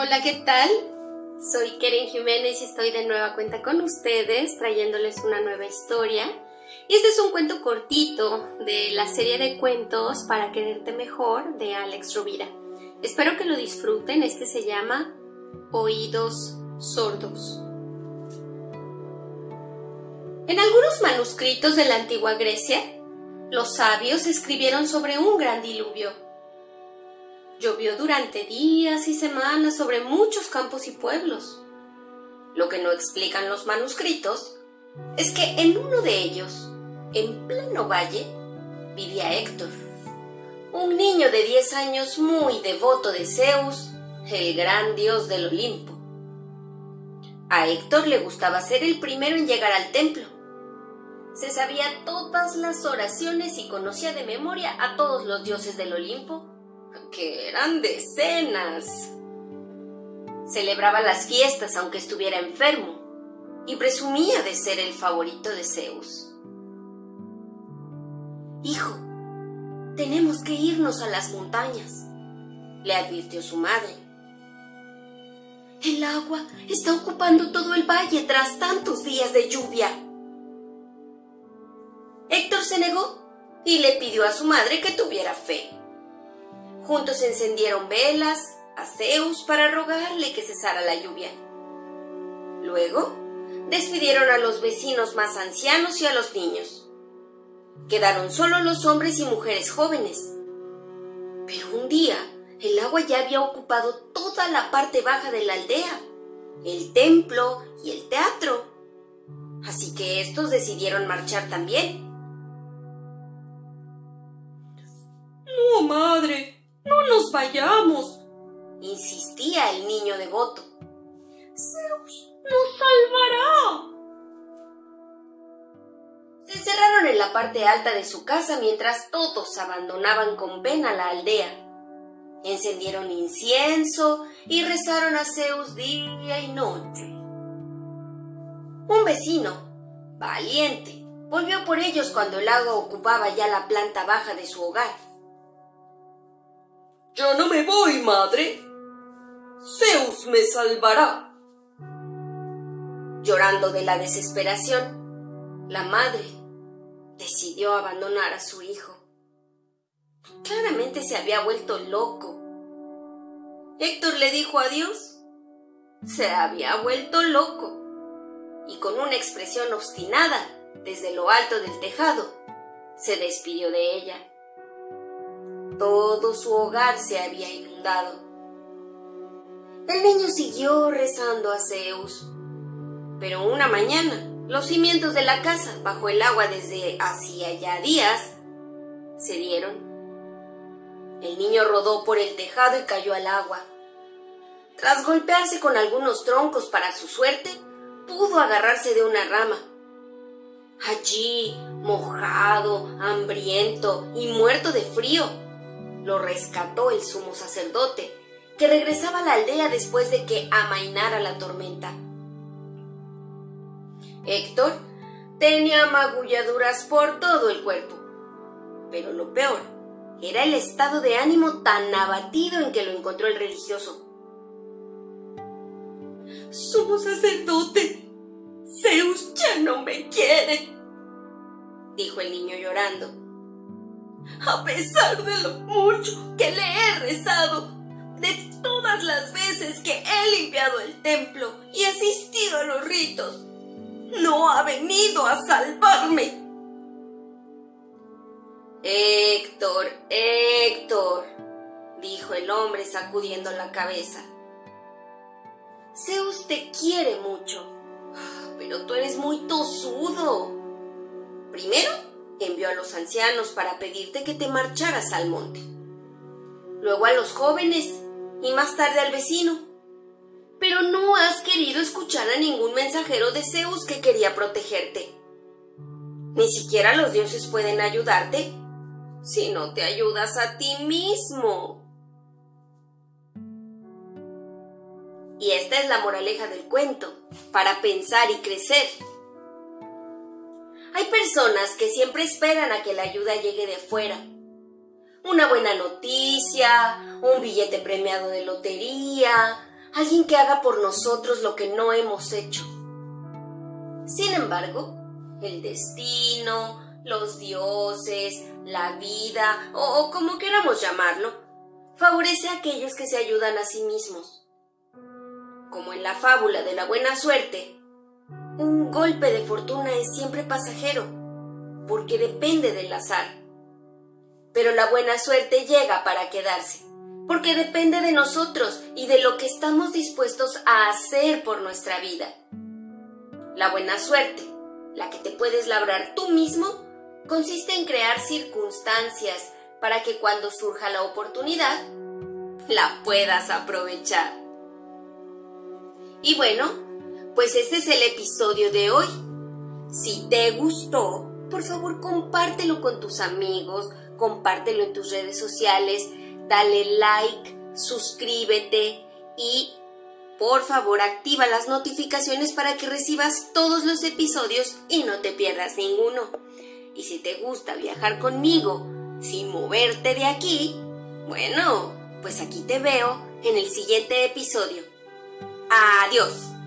Hola, ¿qué tal? Soy Keren Jiménez y estoy de nueva cuenta con ustedes trayéndoles una nueva historia. Y este es un cuento cortito de la serie de cuentos Para quererte mejor de Alex Rovira. Espero que lo disfruten. Este se llama Oídos sordos. En algunos manuscritos de la antigua Grecia, los sabios escribieron sobre un gran diluvio. Llovió durante días y semanas sobre muchos campos y pueblos. Lo que no explican los manuscritos es que en uno de ellos, en pleno valle, vivía Héctor, un niño de 10 años muy devoto de Zeus, el gran dios del Olimpo. A Héctor le gustaba ser el primero en llegar al templo. Se sabía todas las oraciones y conocía de memoria a todos los dioses del Olimpo, que eran decenas. Celebraba las fiestas aunque estuviera enfermo y presumía de ser el favorito de Zeus. «Hijo, tenemos que irnos a las montañas», le advirtió su madre. «El agua está ocupando todo el valle tras tantos días de lluvia». Héctor se negó y le pidió a su madre que tuviera fe. Juntos encendieron velas a Zeus para rogarle que cesara la lluvia. Luego, despidieron a los vecinos más ancianos y a los niños. Quedaron solo los hombres y mujeres jóvenes. Pero un día, el agua ya había ocupado toda la parte baja de la aldea, el templo y el teatro. Así que estos decidieron marchar también. «No, madre, no nos vayamos», insistía el niño devoto. «Zeus nos salvará». Se encerraron en la parte alta de su casa mientras todos abandonaban con pena la aldea. Encendieron incienso y rezaron a Zeus día y noche. Un vecino, valiente, volvió por ellos cuando el agua ocupaba ya la planta baja de su hogar. «Yo no me voy, madre. Zeus me salvará». Llorando de la desesperación, la madre decidió abandonar a su hijo. Claramente se había vuelto loco. Héctor le dijo adiós. Se había vuelto loco. Y con una expresión obstinada, desde lo alto del tejado, se despidió de ella. Todo su hogar se había inundado. El niño siguió rezando a Zeus. Pero una mañana, los cimientos de la casa, bajo el agua desde hacía ya días, cedieron. El niño rodó por el tejado y cayó al agua. Tras golpearse con algunos troncos para su suerte, pudo agarrarse de una rama. Allí, mojado, hambriento y muerto de frío, lo rescató el sumo sacerdote, que regresaba a la aldea después de que amainara la tormenta. Héctor tenía magulladuras por todo el cuerpo, pero lo peor era el estado de ánimo tan abatido en que lo encontró el religioso. «Sumo sacerdote, Zeus ya no me quiere», dijo el niño llorando. «A pesar de lo mucho que le he rezado, de todas las veces que he limpiado el templo y asistido a los ritos, no ha venido a salvarme». «Héctor, Héctor», dijo el hombre sacudiendo la cabeza. «Zeus te quiere mucho, pero tú eres muy tosudo. Primero, envió a los ancianos para pedirte que te marcharas al monte. Luego a los jóvenes y más tarde al vecino. Pero no has querido escuchar a ningún mensajero de Zeus que quería protegerte. Ni siquiera los dioses pueden ayudarte si no te ayudas a ti mismo». Y esta es la moraleja del cuento, para pensar y crecer. Hay personas que siempre esperan a que la ayuda llegue de fuera. Una buena noticia, un billete premiado de lotería, alguien que haga por nosotros lo que no hemos hecho. Sin embargo, el destino, los dioses, la vida, o como queramos llamarlo, favorece a aquellos que se ayudan a sí mismos. Como en la fábula de la buena suerte, un golpe de fortuna es siempre pasajero, porque depende del azar. Pero la buena suerte llega para quedarse, porque depende de nosotros y de lo que estamos dispuestos a hacer por nuestra vida. La buena suerte, la que te puedes labrar tú mismo, consiste en crear circunstancias para que cuando surja la oportunidad, la puedas aprovechar. Y bueno, pues este es el episodio de hoy. Si te gustó, por favor compártelo con tus amigos, compártelo en tus redes sociales, dale like, suscríbete y por favor activa las notificaciones para que recibas todos los episodios y no te pierdas ninguno. Y si te gusta viajar conmigo sin moverte de aquí, bueno, pues aquí te veo en el siguiente episodio. ¡Adiós!